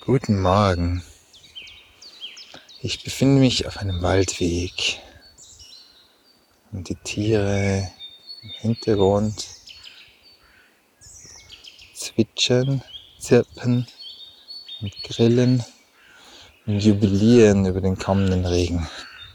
Guten Morgen. Ich befinde mich auf einem Waldweg und die Tiere im Hintergrund zwitschern, zirpen und grillen und jubilieren über den kommenden Regen.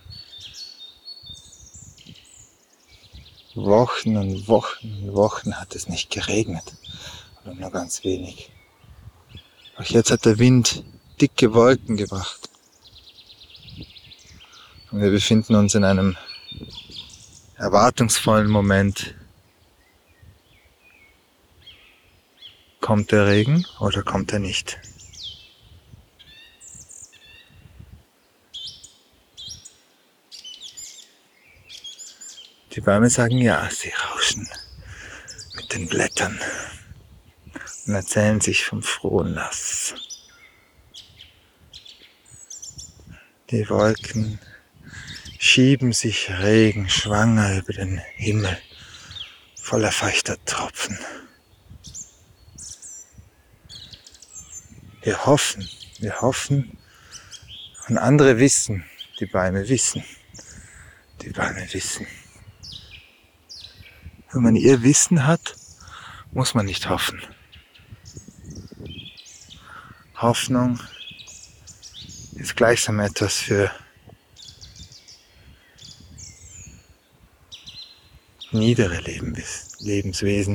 Wochen und Wochen und Wochen hat es nicht geregnet, oder nur ganz wenig. Auch jetzt hat der Wind dicke Wolken gebracht. Und wir befinden uns in einem erwartungsvollen Moment. Kommt der Regen oder kommt er nicht? Die Bäume sagen ja, sie rauschen mit den Blättern und erzählen sich vom Frohnass. Die Wolken schieben sich regenschwanger über den Himmel, voller feuchter Tropfen. Wir hoffen und andere wissen, die Bäume wissen. Wenn man ihr Wissen hat, muss man nicht hoffen. Hoffnung ist gleichsam etwas für niedere Lebenswesen.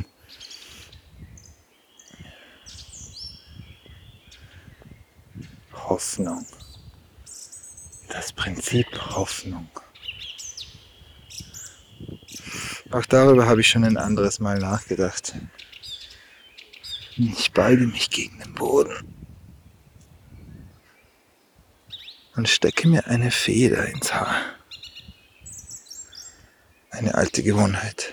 Hoffnung. Das Prinzip Hoffnung. Auch darüber habe ich schon ein anderes Mal nachgedacht. Ich balge mich gegen den Boden und stecke mir eine Feder ins Haar. Eine alte Gewohnheit.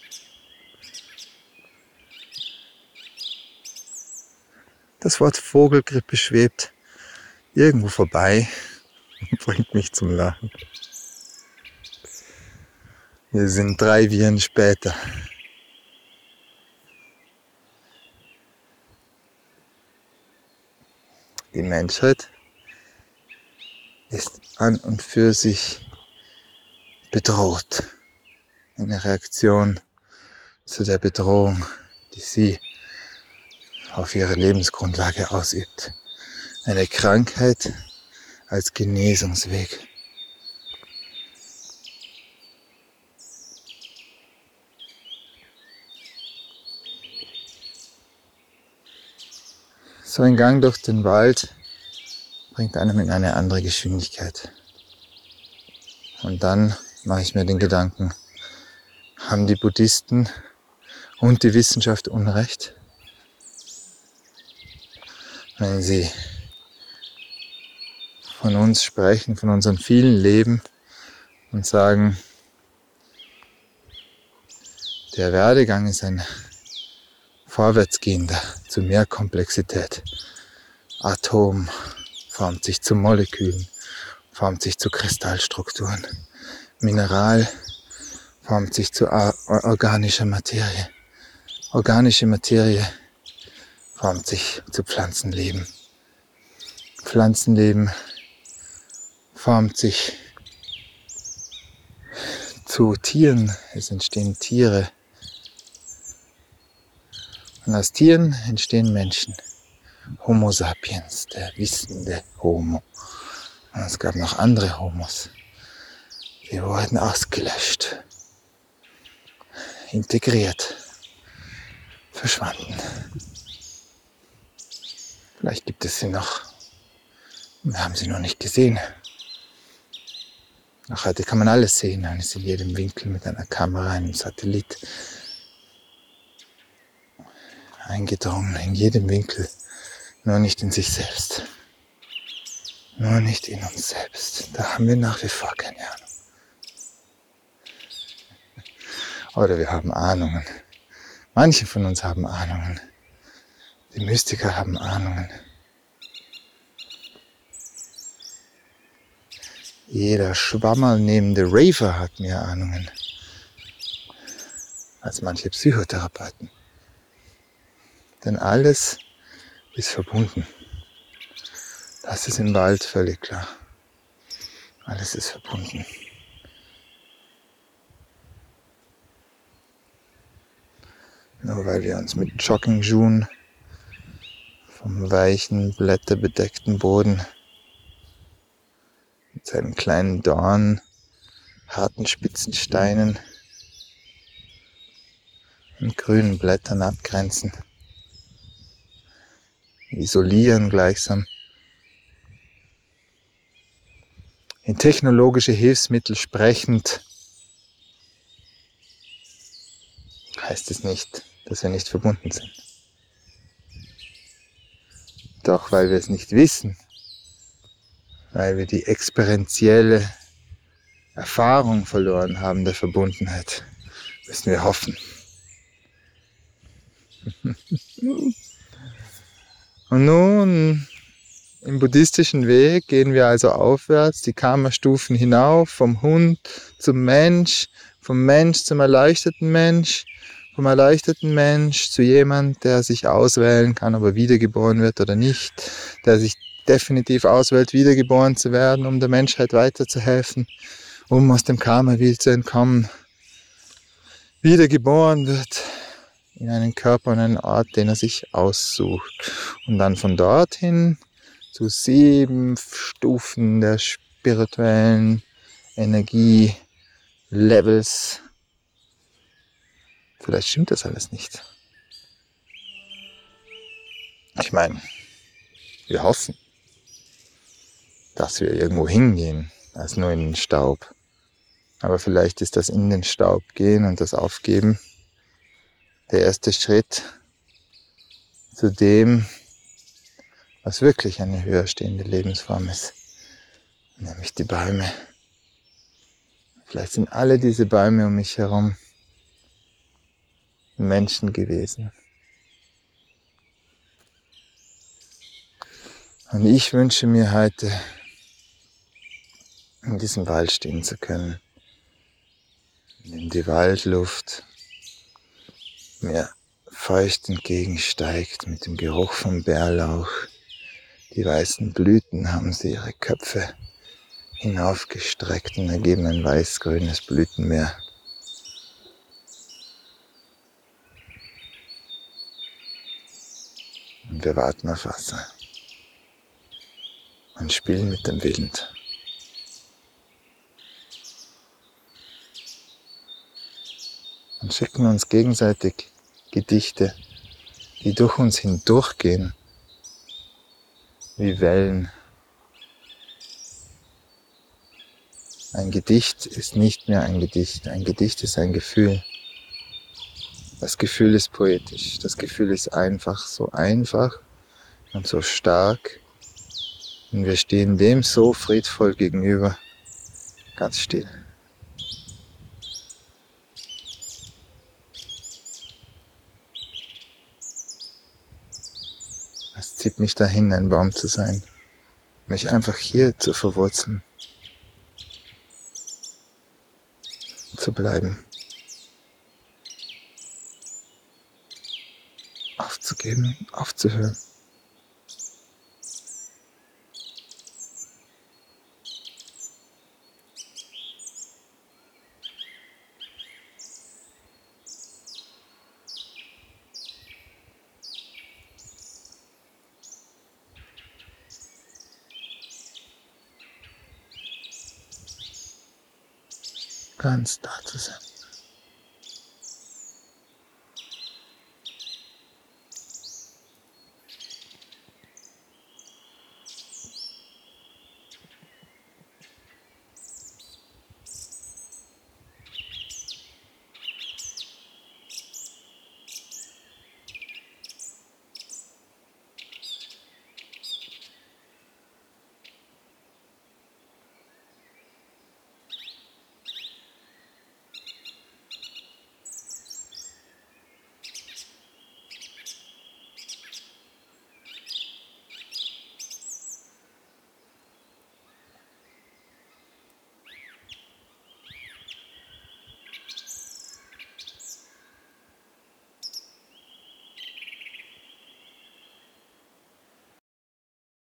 Das Wort Vogelgrippe schwebt irgendwo vorbei und bringt mich zum Lachen. Wir sind 3 Viren später. Die Menschheit ist an und für sich bedroht. Eine Reaktion zu der Bedrohung, die sie auf ihre Lebensgrundlage ausübt. Eine Krankheit als Genesungsweg. So ein Gang durch den Wald bringt einem in eine andere Geschwindigkeit. Und dann mache ich mir den Gedanken, haben die Buddhisten und die Wissenschaft Unrecht, wenn sie von uns sprechen, von unserem vielen Leben und sagen, der Werdegang ist ein vorwärtsgehender zu mehr Komplexität. Atom formt sich zu Molekülen, formt sich zu Kristallstrukturen. Mineral formt sich zu organischer Materie. Organische Materie formt sich zu Pflanzenleben. Pflanzenleben formt sich zu Tieren. Es entstehen Tiere. Und aus Tieren entstehen Menschen. Homo sapiens, der wissende Homo. Und es gab noch andere Homos. Die wurden ausgelöscht, integriert, verschwanden. Vielleicht gibt es sie noch. Wir haben sie noch nicht gesehen. Auch heute kann man alles sehen, eines in jedem Winkel mit einer Kamera, einem Satellit. Eingedrungen in jedem Winkel, nur nicht in sich selbst. Nur nicht in uns selbst. Da haben wir nach wie vor keine Ahnung. Oder wir haben Ahnungen. Manche von uns haben Ahnungen. Die Mystiker haben Ahnungen. Jeder Schwammerl nehmende Raver hat mehr Ahnungen als manche Psychotherapeuten. Denn alles ist verbunden. Das ist im Wald völlig klar. Alles ist verbunden. Nur weil wir uns mit Joggingschuhen vom weichen, blätterbedeckten Boden mit seinen kleinen Dornen, harten spitzen Steinen und grünen Blättern abgrenzen, isolieren gleichsam, in technologische Hilfsmittel sprechend, heißt es nicht, dass wir nicht verbunden sind. Doch weil wir es nicht wissen, weil wir die experientielle Erfahrung verloren haben der Verbundenheit, müssen wir hoffen. Und nun, im buddhistischen Weg gehen wir also aufwärts, die Karma-Stufen hinauf, vom Hund zum Mensch, vom Mensch zum erleuchteten Mensch, vom erleuchteten Mensch zu jemand, der sich auswählen kann, ob er wiedergeboren wird oder nicht, der sich definitiv auswählt, wiedergeboren zu werden, um der Menschheit weiterzuhelfen, um aus dem Karma-Wheel zu entkommen, wiedergeboren wird in einen Körper und einen Ort, den er sich aussucht. Und dann von dorthin zu 7 Stufen der spirituellen Energielevels. Vielleicht stimmt das alles nicht. Ich meine, wir hoffen, dass wir irgendwo hingehen, als nur in den Staub. Aber vielleicht ist das in den Staub gehen und das Aufgeben der erste Schritt zu dem, was wirklich eine höher stehende Lebensform ist, nämlich die Bäume. Vielleicht sind alle diese Bäume um mich herum Menschen gewesen. Und ich wünsche mir heute, in diesem Wald stehen zu können, in dem die Waldluft mir feucht entgegensteigt mit dem Geruch vom Bärlauch. Die weißen Blüten haben sie ihre Köpfe hinaufgestreckt und ergeben ein weiß-grünes Blütenmeer. Und wir warten auf Wasser und spielen mit dem Wind. Und schicken uns gegenseitig Gedichte, die durch uns hindurchgehen, wie Wellen. Ein Gedicht ist nicht mehr ein Gedicht ist ein Gefühl. Das Gefühl ist poetisch, das Gefühl ist einfach und so stark. Und wir stehen dem so friedvoll gegenüber, ganz still. Es zieht mich dahin, ein Baum zu sein, mich einfach hier zu verwurzeln, zu bleiben, aufzugeben, aufzuhören. Ganz da zu sein.